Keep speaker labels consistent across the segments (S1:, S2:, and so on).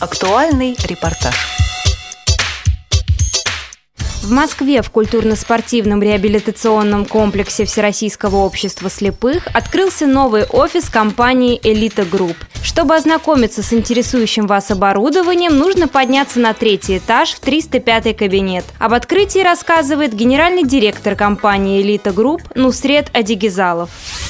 S1: Актуальный репортаж.
S2: В Москве в культурно-спортивном реабилитационном комплексе Всероссийского общества слепых открылся новый офис компании «Элита Групп». Чтобы ознакомиться с интересующим вас оборудованием, нужно подняться на 3-й этаж в 305-й кабинет. Об открытии рассказывает генеральный директор компании «Элита Групп» Нусрет Адигизалов.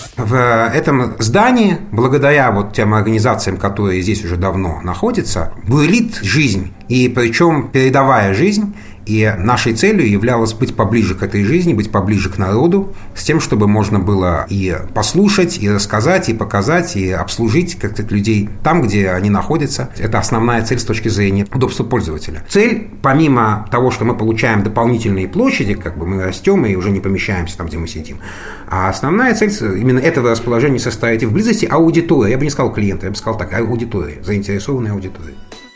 S3: В этом здании, благодаря тем организациям, которые здесь уже давно находятся, бурлит жизнь, и причем передовая жизнь. И нашей целью являлось быть поближе к этой жизни, быть поближе к народу, с тем, чтобы можно было и послушать, и рассказать, и показать, и обслужить как-то людей там, где они находятся. Это основная цель с точки зрения удобства пользователя. Цель, помимо того, что мы получаем дополнительные площади, мы растем и уже не помещаемся там, где мы сидим, а основная цель именно этого расположения состоит и в близости аудитории. Я бы не сказал клиента, я бы сказал так, аудитория, заинтересованная аудитория.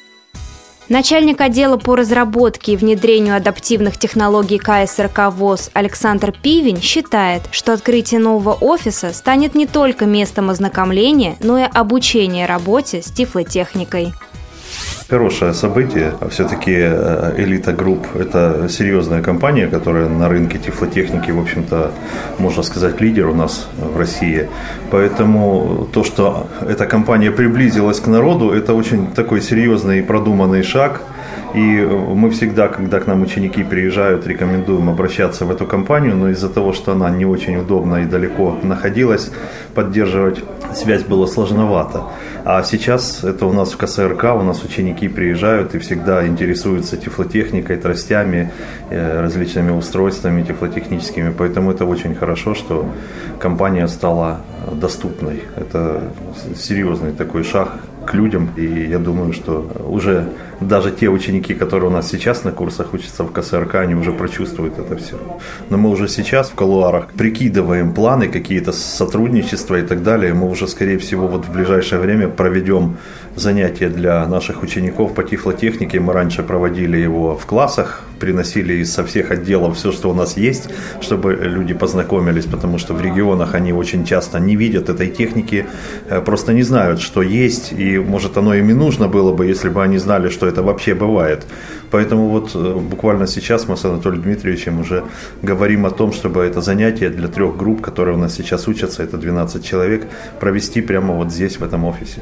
S2: Начальник отдела по разработке и внедрению адаптивных технологий КСРК ВОС Александр Пивень считает, что открытие нового офиса станет не только местом ознакомления, но и обучения работе с тифлотехникой.
S4: Хорошее событие. Все-таки «Элита Групп» – это серьезная компания, которая на рынке тифлотехники, в общем-то, можно сказать, лидер у нас в России. Поэтому то, что эта компания приблизилась к народу, это очень такой серьезный и продуманный шаг. И мы всегда, когда к нам ученики приезжают, рекомендуем обращаться в эту компанию, но из-за того, что она не очень удобно и далеко находилась, поддерживать связь было сложновато. А сейчас это у нас в КСРК, у нас ученики приезжают и всегда интересуются тифлотехникой, тростями, различными устройствами тифлотехническими. Поэтому это очень хорошо, что компания стала доступной. Это серьезный такой шаг к людям, и я думаю, что уже даже те ученики, которые у нас сейчас на курсах учатся в КСРК, они уже прочувствуют это все. Но мы уже сейчас в кулуарах прикидываем планы, какие-то сотрудничества и так далее. Мы уже, скорее всего, в ближайшее время проведем занятия для наших учеников по тифлотехнике. Мы раньше проводили его в классах, приносили со всех отделов все, что у нас есть, чтобы люди познакомились, потому что в регионах они очень часто не видят этой техники, просто не знают, что есть, и может оно им и нужно было бы, если бы они знали, что это вообще бывает. Поэтому буквально сейчас мы с Анатолием Дмитриевичем уже говорим о том, чтобы это занятие для 3 групп, которые у нас сейчас учатся, это 12 человек, провести прямо здесь, в этом офисе.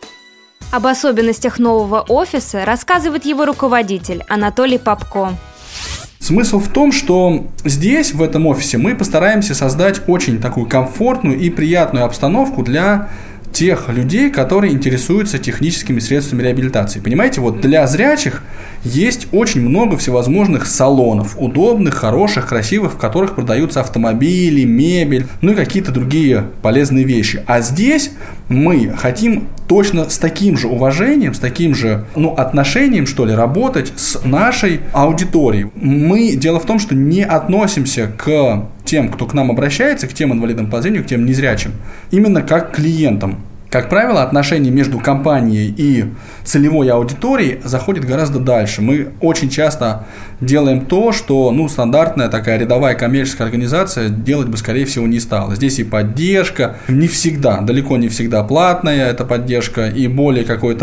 S2: Об особенностях нового офиса рассказывает его руководитель Анатолий Попко.
S5: Смысл в том, что здесь, в этом офисе, мы постараемся создать очень такую комфортную и приятную обстановку для тех людей, которые интересуются техническими средствами реабилитации. Понимаете, для зрячих есть очень много всевозможных салонов, удобных, хороших, красивых, в которых продаются автомобили, мебель, и какие-то другие полезные вещи. А здесь мы хотим точно с таким же уважением, с таким же отношением, работать с нашей аудиторией. Дело в том, что не относимся к тем, кто к нам обращается, к тем инвалидам по зрению, к тем незрячим, именно как к клиентам. Как правило, отношения между компанией и целевой аудиторией заходят гораздо дальше. Мы очень часто делаем то, что стандартная такая рядовая коммерческая организация делать бы, скорее всего, не стала. Здесь и поддержка, не всегда, далеко не всегда платная эта поддержка, и более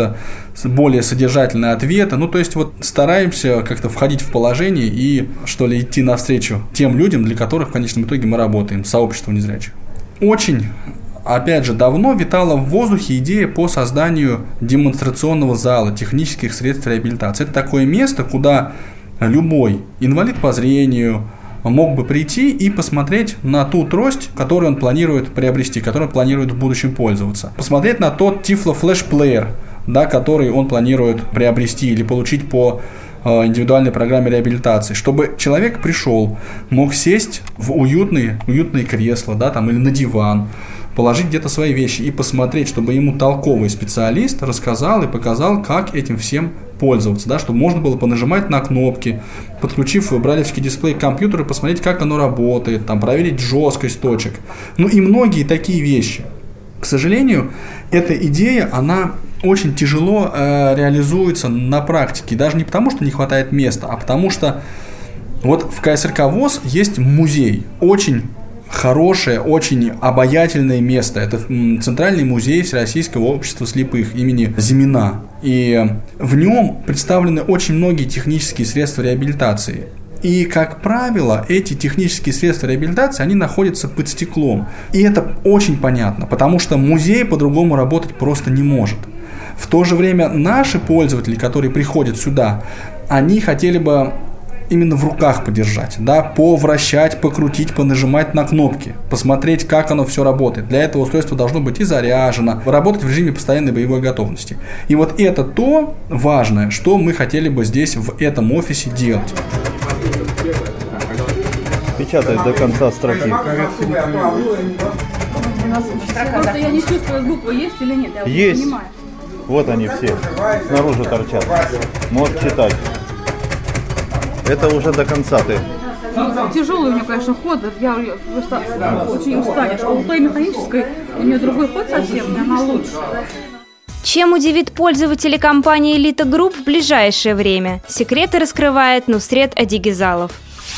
S5: содержательные ответы. То есть стараемся как-то входить в положение и, идти навстречу тем людям, для которых в конечном итоге мы работаем, сообществу незрячих. Очень опять же, давно витала в воздухе идея по созданию демонстрационного зала технических средств реабилитации. Это такое место, куда любой инвалид по зрению мог бы прийти и посмотреть на ту трость, которую он планирует приобрести, которой он планирует в будущем пользоваться. Посмотреть на тот тифло-флеш-плеер, который он планирует приобрести или получить по индивидуальной программе реабилитации, чтобы человек пришел, мог сесть в уютные кресла, или на диван, положить где-то свои вещи и посмотреть, чтобы ему толковый специалист рассказал и показал, как этим всем пользоваться, чтобы можно было понажимать на кнопки, подключив брайлевский дисплей к компьютеру, посмотреть, как оно работает, проверить жесткость точек, и многие такие вещи. К сожалению, эта идея, она очень тяжело реализуется на практике, даже не потому, что не хватает места, а потому что в КСРК ВОС есть музей, очень хорошее, очень обаятельное место. Это Центральный музей Всероссийского общества слепых имени Зимина. И в нем представлены очень многие технические средства реабилитации. И, как правило, эти технические средства реабилитации, они находятся под стеклом. И это очень понятно, потому что музей по-другому работать просто не может. В то же время наши пользователи, которые приходят сюда, они хотели бы именно в руках подержать, да, повращать, покрутить, понажимать на кнопки, посмотреть, как оно все работает. Для этого устройство должно быть и заряжено, работать в режиме постоянной боевой готовности. И вот это то важное, что мы хотели бы здесь, в этом офисе, делать.
S4: Печатать до конца строки.
S1: Просто я не чувствую, буквы есть или нет. Я
S4: есть.
S1: Не понимаю.
S4: Вот они все. Снаружи торчат. Можешь читать. Это уже до конца ты.
S1: Тяжелый у меня, конечно, ход. Я просто очень устанешь. А у той механической у нее другой ход совсем, и она лучше.
S2: Чем удивит пользователей компании «Элита Групп» в ближайшее время? Секреты раскрывает Нусрет Адигизалов.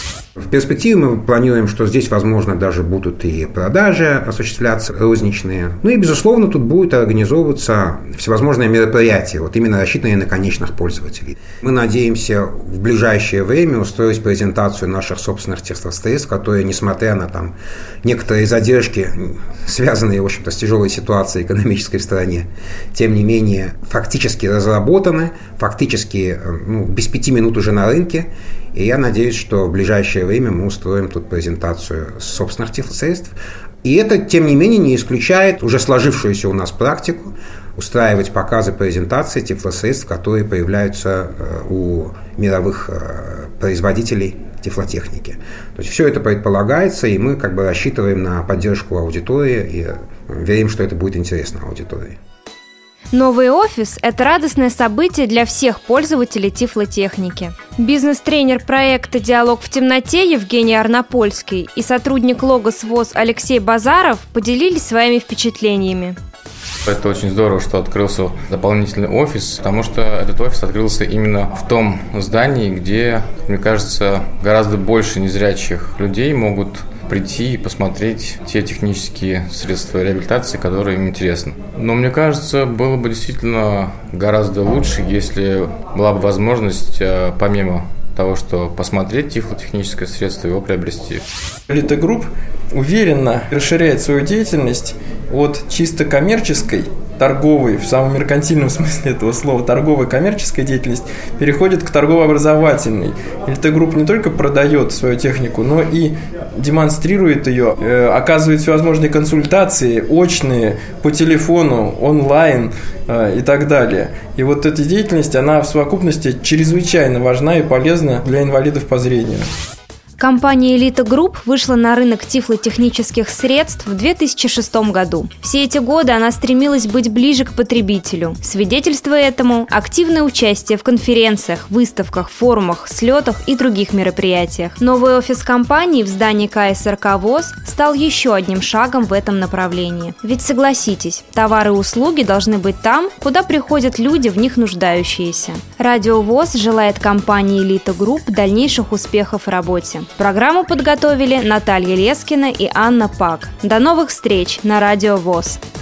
S3: В перспективе мы планируем, что здесь, возможно, даже будут и продажи осуществляться розничные. Ну и, безусловно, тут будут организовываться всевозможные мероприятия, вот именно рассчитанные на конечных пользователей. Мы надеемся в ближайшее время устроить презентацию наших собственных тифлосредств, которые, несмотря на там некоторые задержки, связанные, в общем-то, с тяжелой ситуацией экономической в стране, тем не менее, фактически разработаны, фактически без 5 минут уже на рынке. И я надеюсь, что в ближайшее время мы устроим тут презентацию собственных тифлосредств. И это, тем не менее, не исключает уже сложившуюся у нас практику устраивать показы презентации тифлосредств, которые появляются у мировых производителей тифлотехники. То есть все это предполагается, и мы рассчитываем на поддержку аудитории и верим, что это будет интересно аудитории.
S2: Новый офис – это радостное событие для всех пользователей тифлотехники. Бизнес-тренер проекта «Диалог в темноте» Евгений Арнопольский и сотрудник Логос ВОС Алексей Базаров поделились своими впечатлениями.
S6: Это очень здорово, что открылся дополнительный офис, потому что этот офис открылся именно в том здании, где, мне кажется, гораздо больше незрячих людей могут прийти и посмотреть те технические средства реабилитации, которые им интересны. Но мне кажется, было бы действительно гораздо лучше, если была бы возможность, помимо того, что посмотреть тифлотехническое средство, его приобрести.
S7: Элита Групп уверенно расширяет свою деятельность от чисто коммерческой, торговой, в самом меркантильном смысле этого слова, торговая коммерческая деятельность переходит к торгово-образовательной. Элита Групп не только продает свою технику, но и демонстрирует ее, оказывает всевозможные консультации, очные, по телефону, онлайн и так далее. И вот эта деятельность, она в совокупности чрезвычайно важна и полезна для инвалидов по зрению.
S2: Компания «Элита Групп» вышла на рынок тифлотехнических средств в 2006 году. Все эти годы она стремилась быть ближе к потребителю. Свидетельство этому – активное участие в конференциях, выставках, форумах, слетах и других мероприятиях. Новый офис компании в здании КСРК ВОС стал еще одним шагом в этом направлении. Ведь согласитесь, товары и услуги должны быть там, куда приходят люди, в них нуждающиеся. Радио ВОС желает компании «Элита Групп» дальнейших успехов в работе. Программу подготовили Наталья Лескина и Анна Пак. До новых встреч на Радио ВОС.